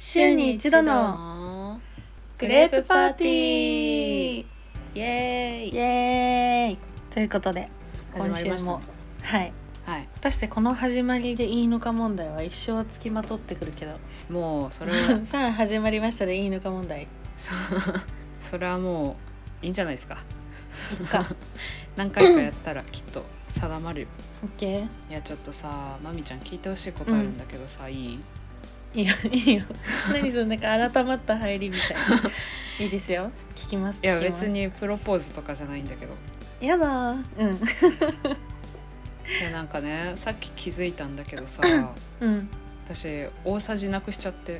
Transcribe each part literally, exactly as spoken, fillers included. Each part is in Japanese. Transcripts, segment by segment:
週に一度のクレープパーティー、イエーイイエーイということで始まりましたね。 はい、 はい、 果たしてこの始まりでいいのか問題は一生つきまとってくるけど、 もうそれはさあ始まりましたでいいのか問題そ, それはもういいんじゃないですか。 いっか何回かやったらきっと定まるよ。 オッケー。 いやちょっとさ、まみちゃん聞いてほしいことあるんだけどさ、うん、いいいいよいいよ何そのなんか改まった入りみたいないいですよ、聞きます。 いや別にプロポーズとかじゃないんだけど。 やだー、うんいやなんかね、さっき気づいたんだけどさ、 うん、 私大さじなくしちゃって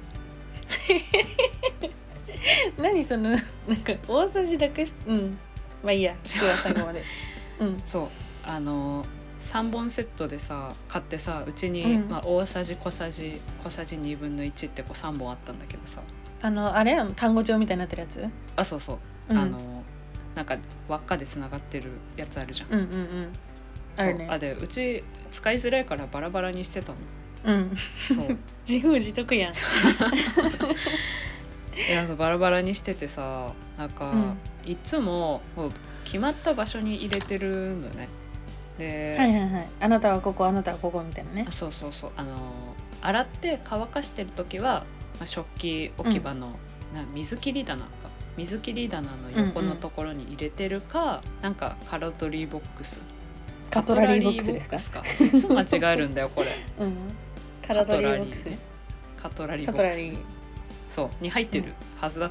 何そのなんか大さじなくしうんまあいいや、聞くわ最後までうんそうあのさんぼんセットでさ買ってさ、うちに、 うんまあ、大さじ小さじ小さじにぶんのいちってこうさんぼんあったんだけどさ、 あのあれ単語帳みたいになってるやつ。 あそうそう、うん、あのなんか輪っかでつながってるやつあるじゃん。 うんうんうんそう、 あるね。 あでうち使いづらいからバラバラにしてたの。 うんそう自業自得やんいやそうバラバラにしててさ、なんか、うん、いつももう決まった場所に入れてるのね。で、 はいはいはい、あなたはここあなたはここみたいなね。 そうそうそう、あの洗って乾かしてる時は、まあ、食器置き場の、うん、な水切り棚か水切り棚の横のところに入れてるか、うんうん、なんかカトラリーボックスカトラリーボックスですか。 いつも間違えるんだよこれ、 うん、カトラリーボックスね。 カトラリーボックス、ね、そうに入ってるはずだった、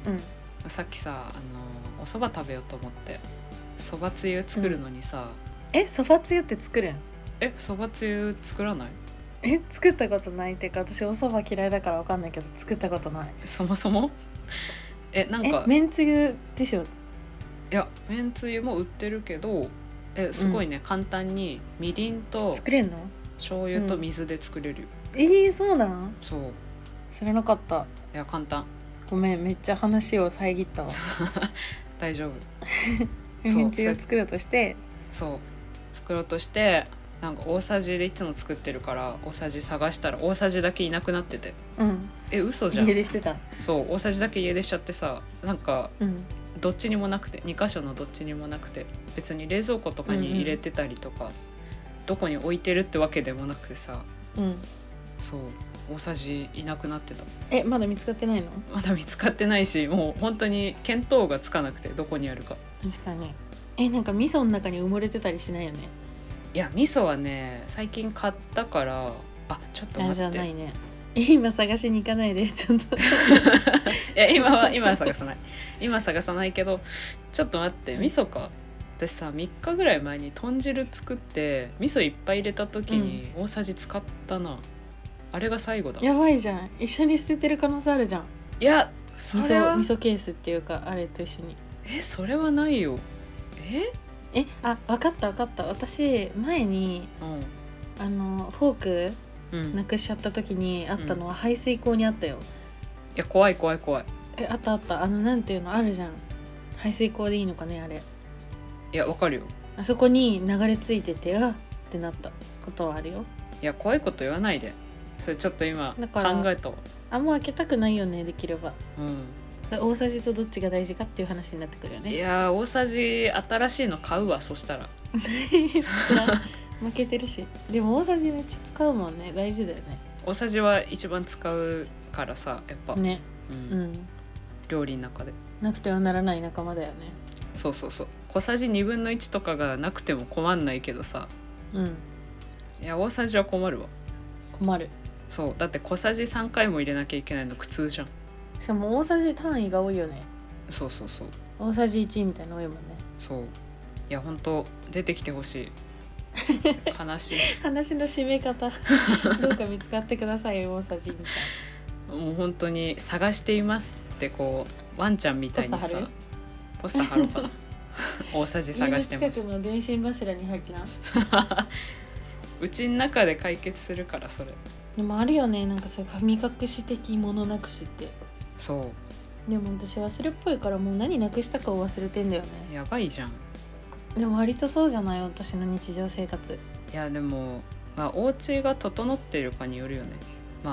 うん、 さっきさ、あのお蕎麦食べようと思って蕎麦つゆ作るのにさ、 うん、え蕎麦つゆって作るん？ え蕎麦つゆ作らない？ え作ったことないっていうか、私お蕎麦嫌いだから分かんないけど作ったことない。 そもそもえなんかえめんつゆでしょ。 いやめんつゆも売ってるけど、えすごいね、うん、簡単にみりんと作れんの？ 醤油と水で作れるよ、 うん、えー、そうなん？ そう知らなかった。 いや簡単。 ごめんめっちゃ話を遮ったわ大丈夫めんつゆを作ろうとしてそう作ろうとしてなんか大さじでいつも作ってるから大さじ探したら大さじだけいなくなってて、 うん、 え嘘じゃん。 家出してた。 そう大さじだけ家出しちゃってさ、なんか、 うん、 どっちにもなくてに箇所のどっちにもなくて、別に冷蔵庫とかに入れてたりとか、うんうん、どこに置いてるってわけでもなくてさ、 うん、 そう大さじいなくなってた。 えまだ見つかってないの？ まだ見つかってないし、もう本当に見当がつかなくてどこにあるか。 確かに。えなんか味噌の中に埋もれてたりしないよね？ いや味噌はね最近買ったから、あちょっと待って。 あじゃないね。今探しに行かないでちょっといや今は今は探さない今探さないけど、ちょっと待って、味噌か。私さみっかぐらい前に豚汁作って味噌いっぱい入れた時に大さじ使ったな、うん、あれが最後だ。 やばいじゃん、一緒に捨ててる可能性あるじゃん。 いやそれは味噌、味噌ケースっていうかあれと一緒に。 えそれはないよ。ええあ分かった分かった。私前に、うん、あのフォーク、うん、なくしちゃった時にあったのは排水口にあったよ、うん、いや怖い怖い怖い。 えあったあった、あのなんていうのあるじゃん、排水口でいいのかねあれ。 いやわかるよ。 あそこに流れ着いててあってなったことはあるよ。 いや怖いこと言わないで、それちょっと今考えたわ。 あんま開けたくないよねできれば。 うん大さじとどっちが大事かっていう話になってくるよね。 いや大さじ新しいの買うわ、そしたら負けてるし。でも大さじめっちゃ使うもんね、大事だよね。 大さじは一番使うからさやっぱね、 うんうん、料理の中でなくてはならない仲間だよね。 そうそうそう、小さじにぶんのいちとかがなくても困んないけどさ、 うんいや大さじは困るわ。 困る。 そうだって小さじさんかいも入れなきゃいけないの苦痛じゃん。 しかも大さじ単位が多いよね。 そうそうそう、 大さじいちみたいなの多いもんね。 そういや本当出てきてほしい悲しい話の締め方どうか見つかってくださいよ大さじみたいな。もう本当に探していますってこうワンちゃんみたいにさポスター貼ろうかな大さじ探してます。 家の近くの電信柱に入ってなうちの中で解決するからそれ。 でもあるよね、なんかそういう神隠し的ものなくしって。 そうでも私忘れっぽいからもう何なくしたかを忘れてんだよね。 やばいじゃん。 でも割とそうじゃない私の日常生活。 いやでもまあお家が整ってるかによるよね。まあ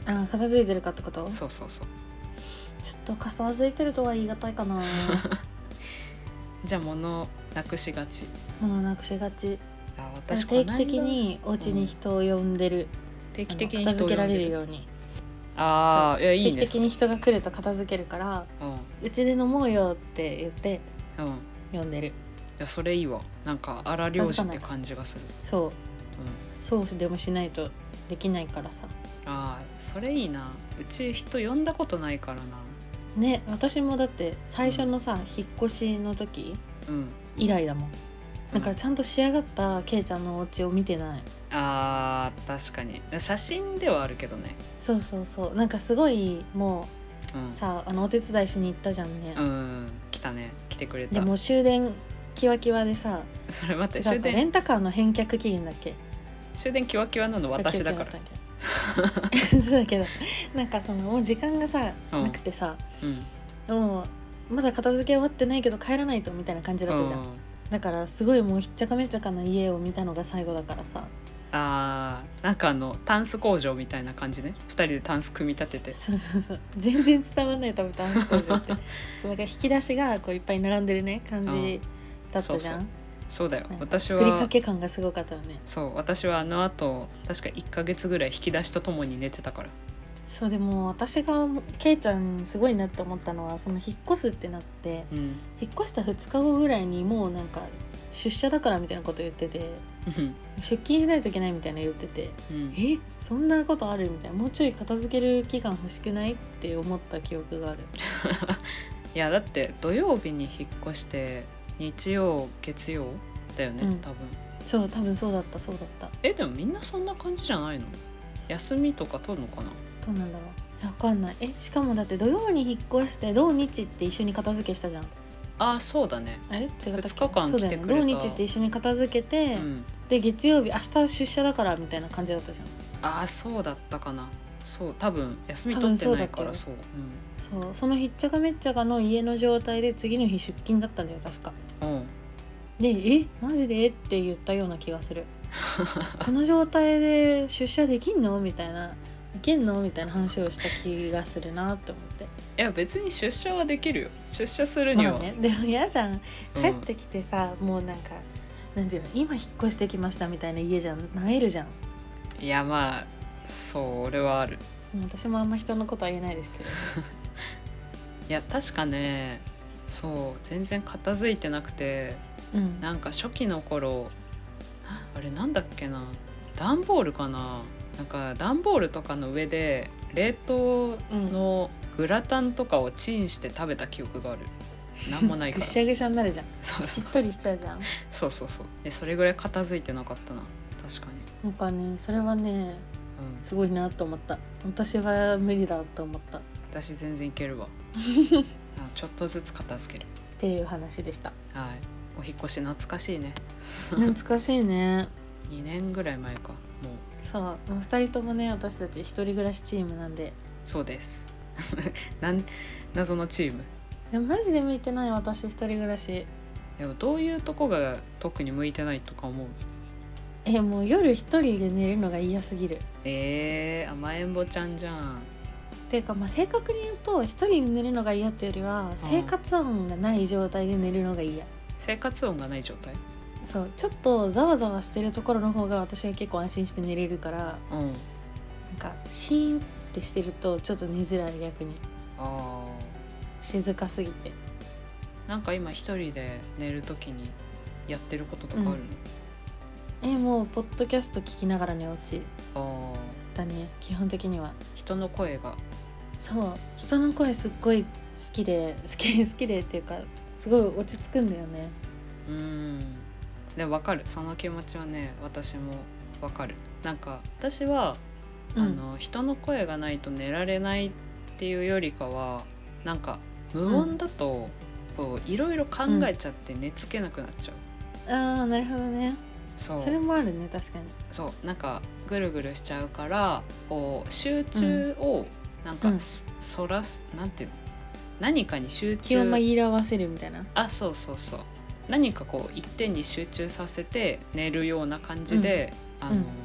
あ、片付いてるかってこと？ そうそうそう。 ちょっと片付いてるとは言い難いかなじゃあ物なくしがち？ 物なくしがち。 あ、私定期的にお家に人を呼んでる、うん、 定期的に人を呼んでる、片付けられるように。 ああ、いやいいね。 定期的に人が来ると片付けるから、うち、ん、で飲もうよって言って、うん、呼んでる。いや、それいいわ。なんか荒漁師って感じがする。 そう、うん、そうでもしないとできないからさ。 ああ、それいいな。うち人呼んだことないからな。 ね、私もだって最初のさ、うん、引っ越しの時、うん、以来だもん。だからちゃんと仕上がったケイちゃんのお家を見てない。 あー、確かに写真ではあるけどね。 そうそうそう、なんかすごいもう、うん、さあ、あのお手伝いしに行ったじゃんね。 うん、来たね、来てくれた。 でも終電キワキワでさ、 それ待って、 終電レンタカーの返却期限だっけ？ 終電キワキワなの私だから。 そうだけど、なんかそのもう時間がさ、うん、なくてさ、うん、もうまだ片付け終わってないけど帰らないとみたいな感じだったじゃん、うん、だからすごいもうひっちゃかめっちゃかな家を見たのが最後だからさ。 あー、なんかあのタンス工場みたいな感じね。ふたりでタンス組み立てて。 そうそうそう、全然伝わらない多分タンス工場ってそう、なんか引き出しがこういっぱい並んでるね感じだったじゃん、うん、そうそう、そうだよ。私は作りかけ感がすごかったよね。 そう、私はあの後確かいっかげつぐらい引き出しとともに寝てたから。 そう、でも私がケイちゃんすごいなって思ったのは、その引っ越すってなって、うん、引っ越したふつかごぐらいにもうなんか出社だからみたいなこと言ってて出勤しないといけないみたいな言ってて、うん、えそんなことあるみたいな、もうちょい片付ける期間欲しくないって思った記憶があるいやだって土曜日に引っ越して日曜月曜だよね、うん、多分。 そう、多分そうだったそうだった。 え、でもみんなそんな感じじゃないの？休みとか取るのかな？ どうなんだろう、わかんない。え、しかもだって土曜に引っ越して土日って一緒に片付けしたじゃん。 あ、そうだね。 あれ違ったっけ？ ふつかかん来てくれた。そうだよね、 土日って一緒に片付けて、うん、で月曜日明日出社だからみたいな感じだったじゃん。 あ、そうだったかな。そう、多分休み取ってないから。そう、 うん、そう、そのひっちゃかめっちゃかの家の状態で次の日出勤だったんだよ確か。うん。で、えマジでって言ったような気がするこの状態で出社できんのみたいな、いけんのみたいな話をした気がするなって思って。 いや別に出社はできるよ。出社するには、 まあね、でも嫌じゃん、帰ってきてさ、うん、もうなんかなんていうの、今引っ越してきましたみたいな家じゃん、なえるじゃん。 いやまあそう俺はある。 私もあんま人のことは言えないですけどいや確かね、そう全然片付いてなくて、うん、なんか初期の頃あれなんだっけな、段ボールかな、なんか段ボールとかの上で冷凍のグラタンとかをチンして食べた記憶がある。なんもないからぐしゃぐしゃになるじゃん。 そうそう、 しっとりしちゃうじゃん。 そうそうそう。え、それぐらい片付いてなかったな。確かに。 なんかね、それはね、うん、すごいなと思った。私は無理だと思った。 私全然いけるわあ、ちょっとずつ片付けるっていう話でした。 はい。お引っ越し懐かしいね懐かしいねにねんぐらい前かもう。 そう、もうふたりともね、私たち一人暮らしチームなんで。 そうですなん謎のチーム。 でもマジで向いてない、私一人暮らし。 でもどういうとこが特に向いてないとか思う？ え、もう夜一人で寝るのが嫌すぎる。 えー、甘えんぼちゃんじゃん。 ていうか、まあ、正確に言うと一人で寝るのが嫌っていうよりは、生活音がない状態で寝るのが嫌。 生活音がない状態？ そう、ちょっとざわざわしてるところの方が私は結構安心して寝れるから、うん、なんかシーンってしてるとちょっと寝づらい、逆に。あ、静かすぎて。 なんか今一人で寝るときにやってることとかあるの？ うん、えもうポッドキャスト聞きながら寝落ちだね、基本的には。 人の声が、 そう、人の声すっごい好きで好き好きでっていうか、すごい落ち着くんだよね。 うーん、でも分かる、その気持ちはね、私も分かる。なんか私は、うん、あの人の声がないと寝られないっていうよりかは、なんか無音だとこういろいろ考えちゃって寝つけなくなっちゃう、 うん、あーなるほどね。 そう、 それもあるね、確かに。 そう、なんかぐるぐるしちゃうから、こう集中をなんか、うん、そらす、なんていうの、何かに集中、 気を紛らわせるみたいな。 あ、そうそうそう、何かこう一点に集中させて寝るような感じで、うん、あの、うん、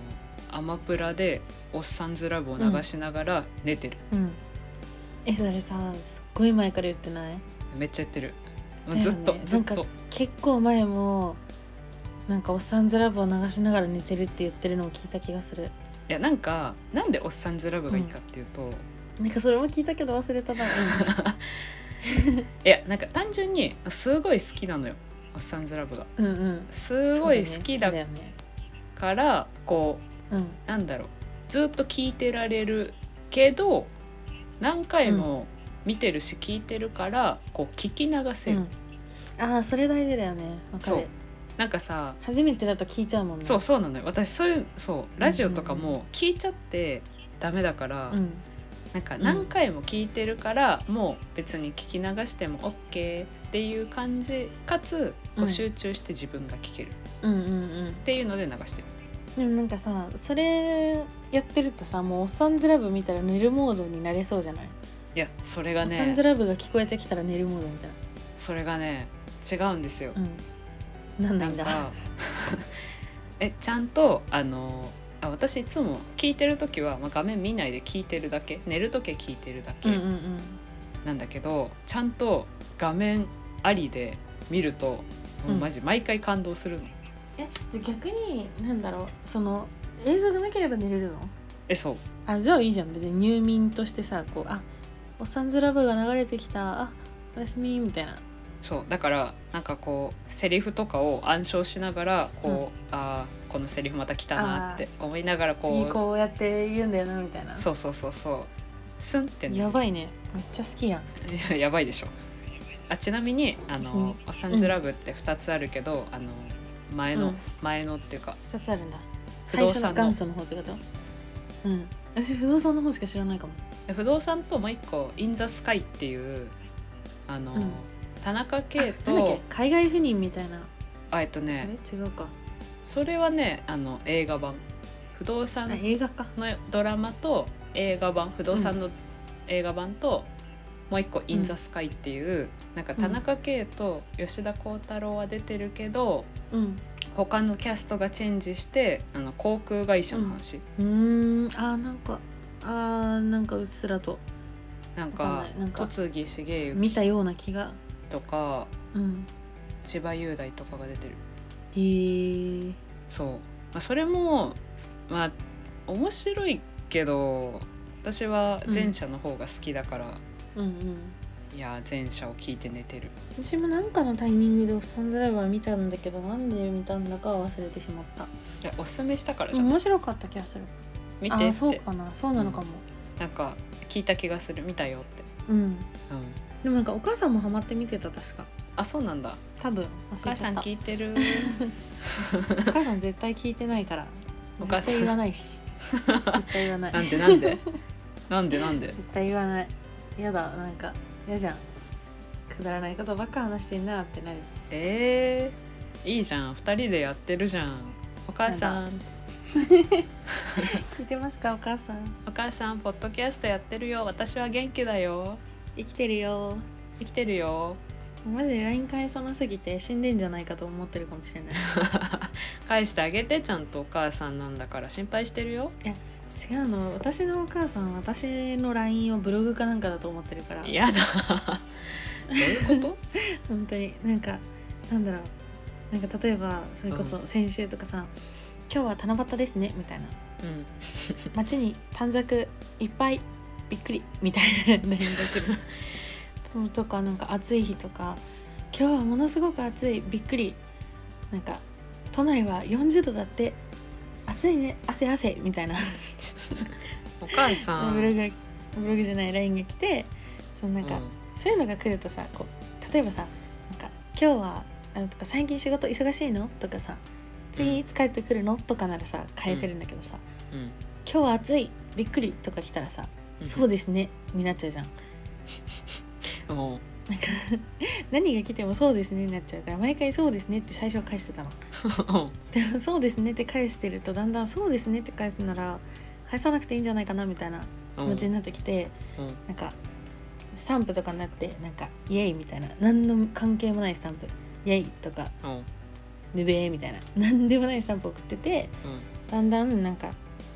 アマプラでおっさんずラブを流しながら寝てる、 うん、えそれさすっごい前から言ってない？ めっちゃ言ってる、もうずっと、 ね、 ずっとなんか結構前もなんかおっさんずラブを流しながら寝てるって言ってるのを聞いた気がする。 いやなんかなんでおっさんずラブがいいかっていうと、 うん、なんかそれも聞いたけど忘れたな。 いやなんか単純にすごい好きなのよおっさんずラブが、 うんうん、 すごい好きだからこう、うん、なんだろうずっと聞いてられるけど何回も見てるし聞いてるからこう聞き流せる、うん、 ああそれ大事だよね。わかる。 そうなんかさ初めてだと聞いちゃうもんね。 そうそうなのよ私そういうそうラジオとかも聞いちゃってダメだから、うんうんうん、なんか何回も聞いてるから、うん、もう別に聞き流しても OK っていう感じかつこう集中して自分が聞ける、うんうんうんうん、っていうので流してる。 でもなんかさそれやってるとさもうおっさんずラブ見たら寝るモードになれそうじゃない？ いやそれがねおっさんずラブが聞こえてきたら寝るモードみたいな。 それがね違うんですよ、うんなんなんだえちゃんとあのあ私いつも聞いてる時は、まあ、画面見ないで聞いてるだけ寝る時聞いてるだけなんだけど、うんうんうん、ちゃんと画面ありで見ると、もうマジ毎回感動するの、うん、 えじゃ逆になんだろうその映像がなければ寝れるの？ えそうあじゃあいいじゃん別に入眠としてさこうあおっさんずラブが流れてきたあおやすみみたいな。 そうだからなんかこうセリフとかを暗唱しながらこう、うん、あこのセリフまた来たなって思いながらこう次こうやって言うんだよなみたいな。 そうそうそうそうスンってねやばいねめっちゃ好きやん。 やばいでしょ。あちなみにあのおっさんずラブってふたつあるけど、うん、あの前の、うん、前のっていうかふたつあるんだ。不動産の元祖の方ってこと？うん私不動産の方しか知らないかも。 不動産ともう一個インザスカイっていうあの、うん田中圭と海外赴任みたいなあえっとねあれ違うかそれはねあの映画版不動産のドラマと映画版不動産の映画版と、うん、もう一個インザスカイっていう、うん、なんか田中圭と吉田鋼太郎は出てるけど、うん、他のキャストがチェンジしてあの航空会社の話、 うん、うーんあなんかあなんかうっすらとなんか戸次重幸見たような気がとか、うん、千葉雄大とかが出てる。 へーそう、まあ、それもまあ面白いけど私は前者の方が好きだから、うんうんうん、いや前者を聞いて寝てる。 私もなんかのタイミングでおっさんずラブは見たんだけどなんで見たんだかは忘れてしまった。いやおすすめしたからじゃん。 面白かった気がする。 見てって。 あそうかなそうなのかも、 うん、なんか聞いた気がする見たよって。 うん、うんでもなんかお母さんもハマって見てた確か。 あそうなんだ。 多分お母さん聞いてるお母さん絶対聞いてないからお母さん絶対言わないし絶対言わないなんでなんでなんでなんで絶対言わない。やだなんかやじゃんくだらないことばっか話してんなってなる。 えー、いいじゃんふたりでやってるじゃんお母さん聞いてますかお母さん。 お母さんポッドキャストやってるよ私は元気だよ生きてるよ生きてるよ。 マジで ライン 返さなすぎて死んでんじゃないかと思ってるかもしれない返してあげてちゃんとお母さんなんだから心配してるよ。 いや違うの私のお母さん私の ライン をブログかなんかだと思ってるから。 やだどういうこと本当になんかなんだろうなんか例えばそれこそ先週とかさ、うん、今日は七夕ですねみたいな、うん、街に短冊いっぱいびっくりみたいな ライン が来るとかなんか暑い日とか今日はものすごく暑いびっくりなんか都内はよんじゅうどだって暑いね汗汗みたいなお母さんブログブログじゃない ライン が来てそのなんか、うん、そういうのが来るとさこう例えばさなんか今日はあのとか最近仕事忙しいのとかさ次いつ帰ってくるのとかならさ返せるんだけどさ、うんうん、今日は暑いびっくりとか来たらさ、うん、そうですねになっちゃうじゃんなんか何が来てもそうですねになっちゃうから毎回そうですねって最初返してたのでもそうですねって返してるとだんだんそうですねって返すなら返さなくていいんじゃないかなみたいな気持ちになってきて、うん、なんかスタンプとかになってなんかイエイみたいな何の関係もないスタンプイエイとかぬべーみたいな何でもないスタンプ送ってて、うん、だんだんなんか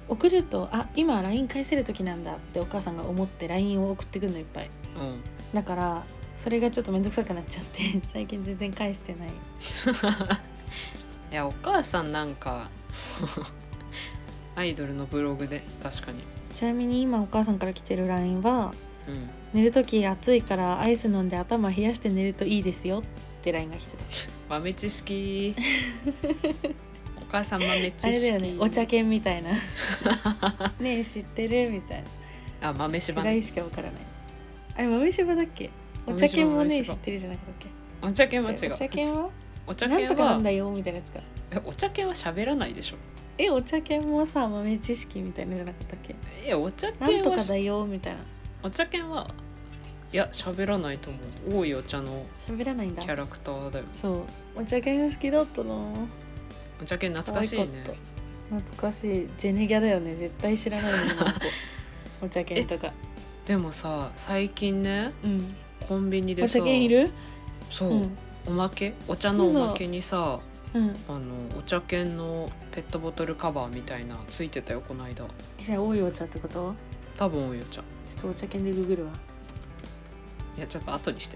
送るとあ今 ライン 返せる時なんだってお母さんが思って ライン を送ってくるのいっぱい、 うん、 だからそれがちょっとめんどくさくなっちゃって最近全然返してない。 いやお母さんなんかアイドルのブログで確かに。 ちなみに今お母さんから来てる ライン は、 うん、 寝るとき暑いからアイス飲んで頭冷やして寝るといいですよって ライン が来てた。 豆知識お母さん豆知識。 あれだよね、お茶犬みたいなねえ知ってるみたいな。 あ豆柴世代しかわからない。あれ豆柴だっけ。お茶犬もねえ知ってるじゃなかったっけ。 お茶犬は違う。 お茶犬はお茶犬はなんとかなんだよみたいなやつか。 お茶犬は喋らないでしょ。 えお茶犬もさ豆知識みたいなじゃなかったっけ。 えお茶なん犬はとかだよみたいな。 お茶犬はいや喋らないと思う。多いお茶の喋らないんだキャラクターだよ。 そうお茶犬好きだったな。 お茶犬懐かしいね。 懐かしい。ジェネギャだよね絶対知らないのにお茶犬とか。 でもさ最近ね、うん、コンビニでさお茶犬いる。 そう、うん、おまけお茶のおまけにさ、 うん、 あのお茶犬のペットボトルカバーみたいなついてたよこの間。 じゃあ多いお茶ってこと。 多分多いお茶。 ちょっとお茶犬でググるわ。 いやちょっと後にして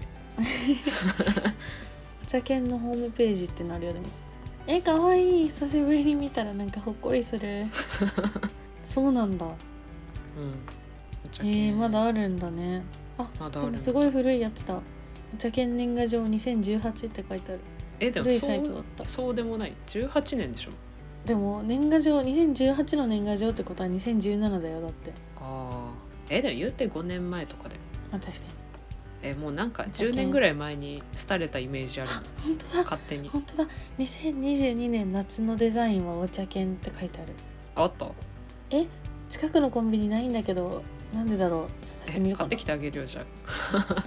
お茶犬のホームページってなるよでも。えかわいい。久しぶりに見たらなんかほっこりするそうなんだ。うんお茶犬えー、まだあるんだね。あ、まだある。でもすごい古いやつだ。お茶犬年賀状にせんじゅうはちって書いてある。 えでもそう、そうでもない。じゅうはちねんでしょ。 でも年賀状にせんじゅうはちの年賀状ってことはにせんじゅうななだよだって。 ああえでも言ってごねんまえとかで。 まあ確かに。 えもうなんかじゅうねんぐらい前に廃れたイメージあるの。 本当だ勝手に。 本当だにせんにじゅうにねん夏のデザインはお茶犬って書いてある。 あった。 え近くのコンビニないんだけどなんでだろう。 え買ってきてあげるよじゃあ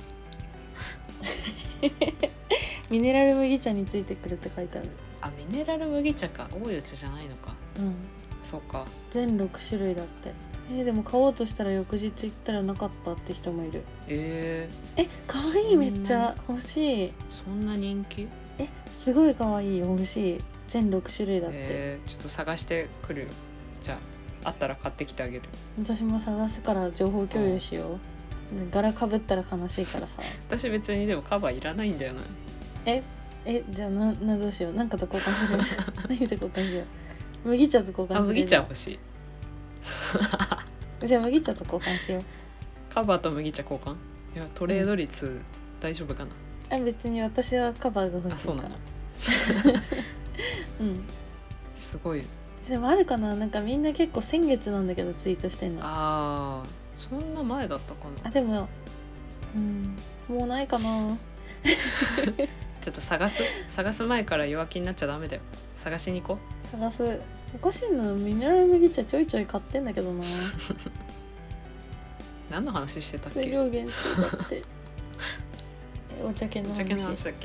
ミネラル麦茶についてくるって書いてある。 あミネラル麦茶か。多いお茶じゃないのか。 うんそうか。 全ろくしゅるいだって。えー、でも買おうとしたら翌日行ったらなかったって人もいる。 えー、えかわいい。めっちゃ欲しい。 そんな人気。 えすごいかわいい。欲しい。全ろくしゅるいだって。 えー、ちょっと探してくるよ。じゃああったら買ってきてあげる。 私も探すから情報共有しよう。柄かぶったら悲しいからさ。 私別にでもカバーいらないんだよな。 ええじゃあななどうしよう。なんかと交換する何と交換しよう。麦茶と交換する。 あ麦茶欲しいじゃあ麦茶と交換しよう。 カバーと麦茶交換。いやトレード率、うん、大丈夫かな。 あ別に私はカバーが欲しいから。あそうなのうんすごい。 でもあるかな。なんかみんな結構先月なんだけどツイートしてんの。 あーそんな前だったかな。 あでもうんもうないかなちょっと探す探す前から弱気になっちゃダメだよ。探しに行こう。探す。おかしいな。ミネラル麦茶ちょいちょい買ってんだけどな何の話してたっけ。 数量限定だってえお茶犬の話。 お茶犬の話だっけ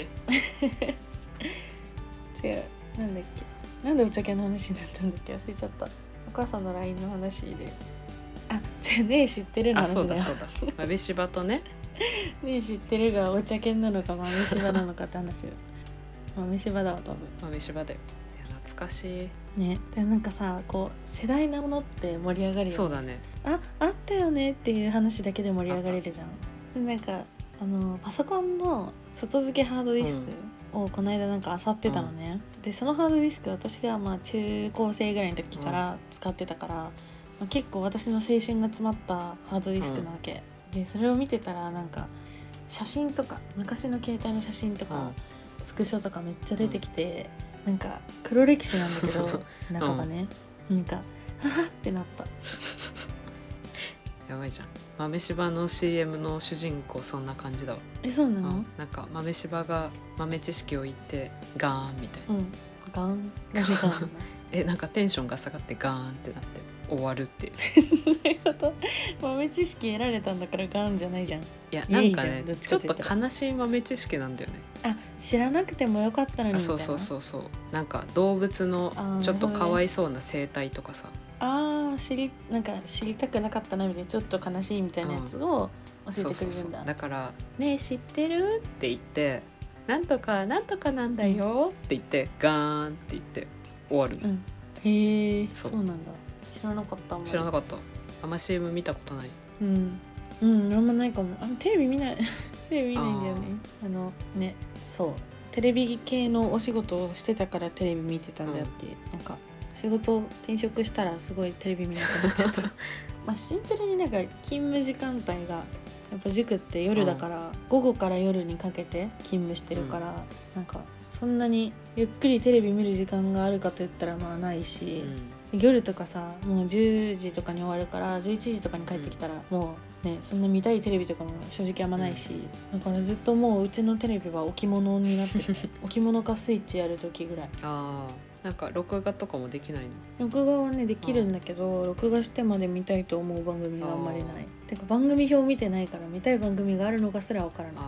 違うなんだっけ。なんでお茶犬の話になったんだっけ忘れちゃった。お母さんの ライン の話で。あじゃあねえ知ってるの話だよ。 あそうだそうだ豆柴とねねえ知ってるがお茶犬なのか豆柴なのかって話よ豆柴だわ多分。 豆柴だよ。いや懐かしいね。でなんかさこう世代なものって盛り上がるよね。 そうだね。 ああったよねっていう話だけで盛り上がれるじゃん。でなんかあのパソコンの外付けハードディスクをこの間なんか漁ってたのね、うん、でそのハードディスク私がまあ中高生ぐらいの時から使ってたから、うんまあ、結構私の青春が詰まったハードディスクなわけ、うん、でそれを見てたらなんか写真とか昔の携帯の写真とか、うん、スクショとかめっちゃ出てきて、うん、なんか黒歴史なんだけど半ばね、うん、なんかははってなったやばいじゃん。豆柴の シーエム の主人公そんな感じだわ。 えそうなの、うん、 なんか豆柴が豆知識を言ってガーンみたいな、 うん、ガーンガーンえなんかテンションが下がってガーンってなって終わるっていうどういうこと豆知識得られたんだからガーンじゃないじゃん。いやなんかねちょっと悲しい豆知識なんだよね。 あ知らなくてもよかったのにみたいな。 そうそうそうそう。なんか動物のちょっとかわいそうな生態とかさ、 ああ知りなんか知りたくなかったなみたいなちょっと悲しいみたいなやつを教えてくれるんだ、うん、そうそうそう。 だからねえ知ってるって言ってなんとかなんとかなんだよって言って、うん、ガーンって言って終わるの、 うん、へえ そ, そうなんだ。 知らなかったもん。 知らなかった。あんま シーエム 見たことない。 うんうんあんまないかも。あテレビ見ないテレビ見ないんだよね。あのねそうテレビ系のお仕事をしてたからテレビ見てたんであって、うん、なんか仕事転職したらすごいテレビ見なくなっちゃったまあシンプルになんか勤務時間帯がやっぱ塾って夜だから、うん、午後から夜にかけて勤務してるから、うん、なんかそんなにゆっくりテレビ見る時間があるかといったらまあないし、うん、夜とかさもうじゅうじとかに終わるからじゅういちじとかに帰ってきたら、うん、もうねそんな見たいテレビとかも正直あんまないし、うん、だからずっともううちのテレビは置物になって置物かスイッチやる時ぐらい。 あなんか録画とかもできないの？ 録画はねできるんだけど、録画してまで見たいと思う番組があんまりない。てか番組表見てないから見たい番組があるのかすらわからない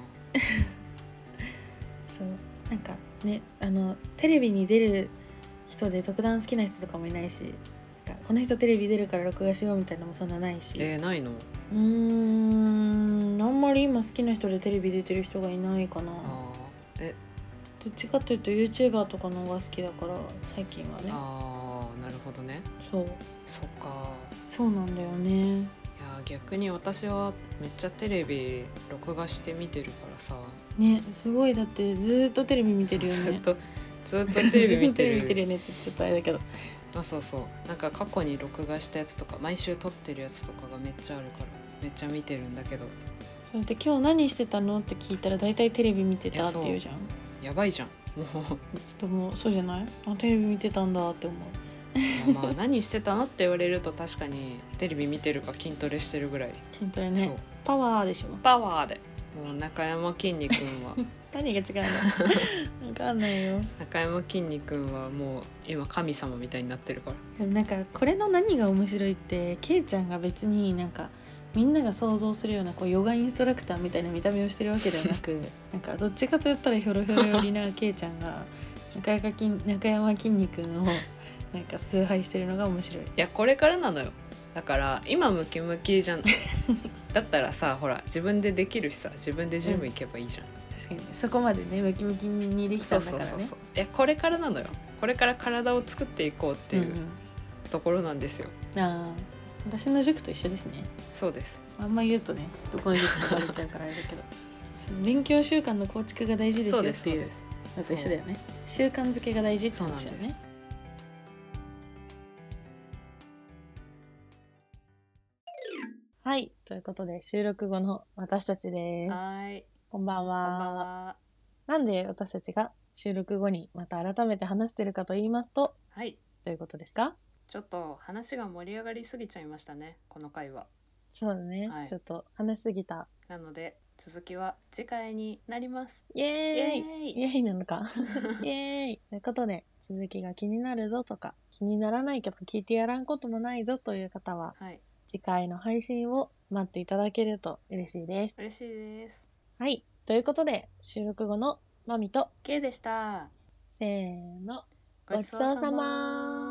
そうなんかねあのテレビに出る人で特段好きな人とかもいないし、なんかこの人テレビ出るから録画しようみたいなのもそんなないし。 えー、ないの？ うーんあんまり今好きな人でテレビ出てる人がいないかな。 あえどっちかというと YouTuber とかの方が好きだから最近はね。 ああなるほどね。 そうそっかそうなんだよね。 いや逆に私はめっちゃテレビ録画して見てるからさねすごいだってずっとテレビ見てるよね。 ずっとずっとテレビ見てる見てるよねってちょっとあれだけどまあそうそうなんか過去に録画したやつとか毎週撮ってるやつとかがめっちゃあるからめっちゃ見てるんだけど、 それで今日何してたのって聞いたら大体テレビ見てたって言うじゃん。 やばいじゃんもうでもそうじゃないあテレビ見てたんだって思うまあ何してたのって言われると確かにテレビ見てるか筋トレしてるぐらい。 筋トレねパワーでしょ。 パワーでもう中山きんに君は何が違うの分かんないよ。 中山きんに君はもう今神様みたいになってるから。 でもなんかこれの何が面白いってケイちゃんが別になんかみんなが想像するようなこうヨガインストラクターみたいな見た目をしてるわけではなくなんかどっちかと言ったらヒョロヒョロ寄りなケイちゃんが中山きん中山きんに君をなんか崇拝してるのが面白い。いやこれからなのよ。だから今ムキムキじゃんだったらさほら自分でできるしさ自分でジム行けばいいじゃん、うん、 確かにそこまでねムキムキにできたんだからね。そうそうそうそういやこれからなのよ。これから体を作っていこうっていう、うんうん、ところなんですよ。 あ私の塾と一緒ですね。 そうです。 あんま言うとねどこの塾かバレちゃうからあれだけど勉強習慣の構築が大事ですよっていうのと一緒だよね。習慣づけが大事って話だよね。はいということで収録後の私たちです。 はいこんばんは。 こんばんは。 なんで私たちが収録後にまた改めて話してるかと言いますと、 はいどういうことですか？ ちょっと話が盛り上がりすぎちゃいましたねこの回は。 そうだね、はい、ちょっと話しすぎた。 なので続きは次回になります。 イエーイイエーイなのかイエーイということで続きが気になるぞとか気にならないけど聞いてやらんこともないぞという方は、はい、次回の配信を待っていただけると嬉しいです。 嬉しいです。 はいということで収録後のマミと K でした。 せーのごちそうさま。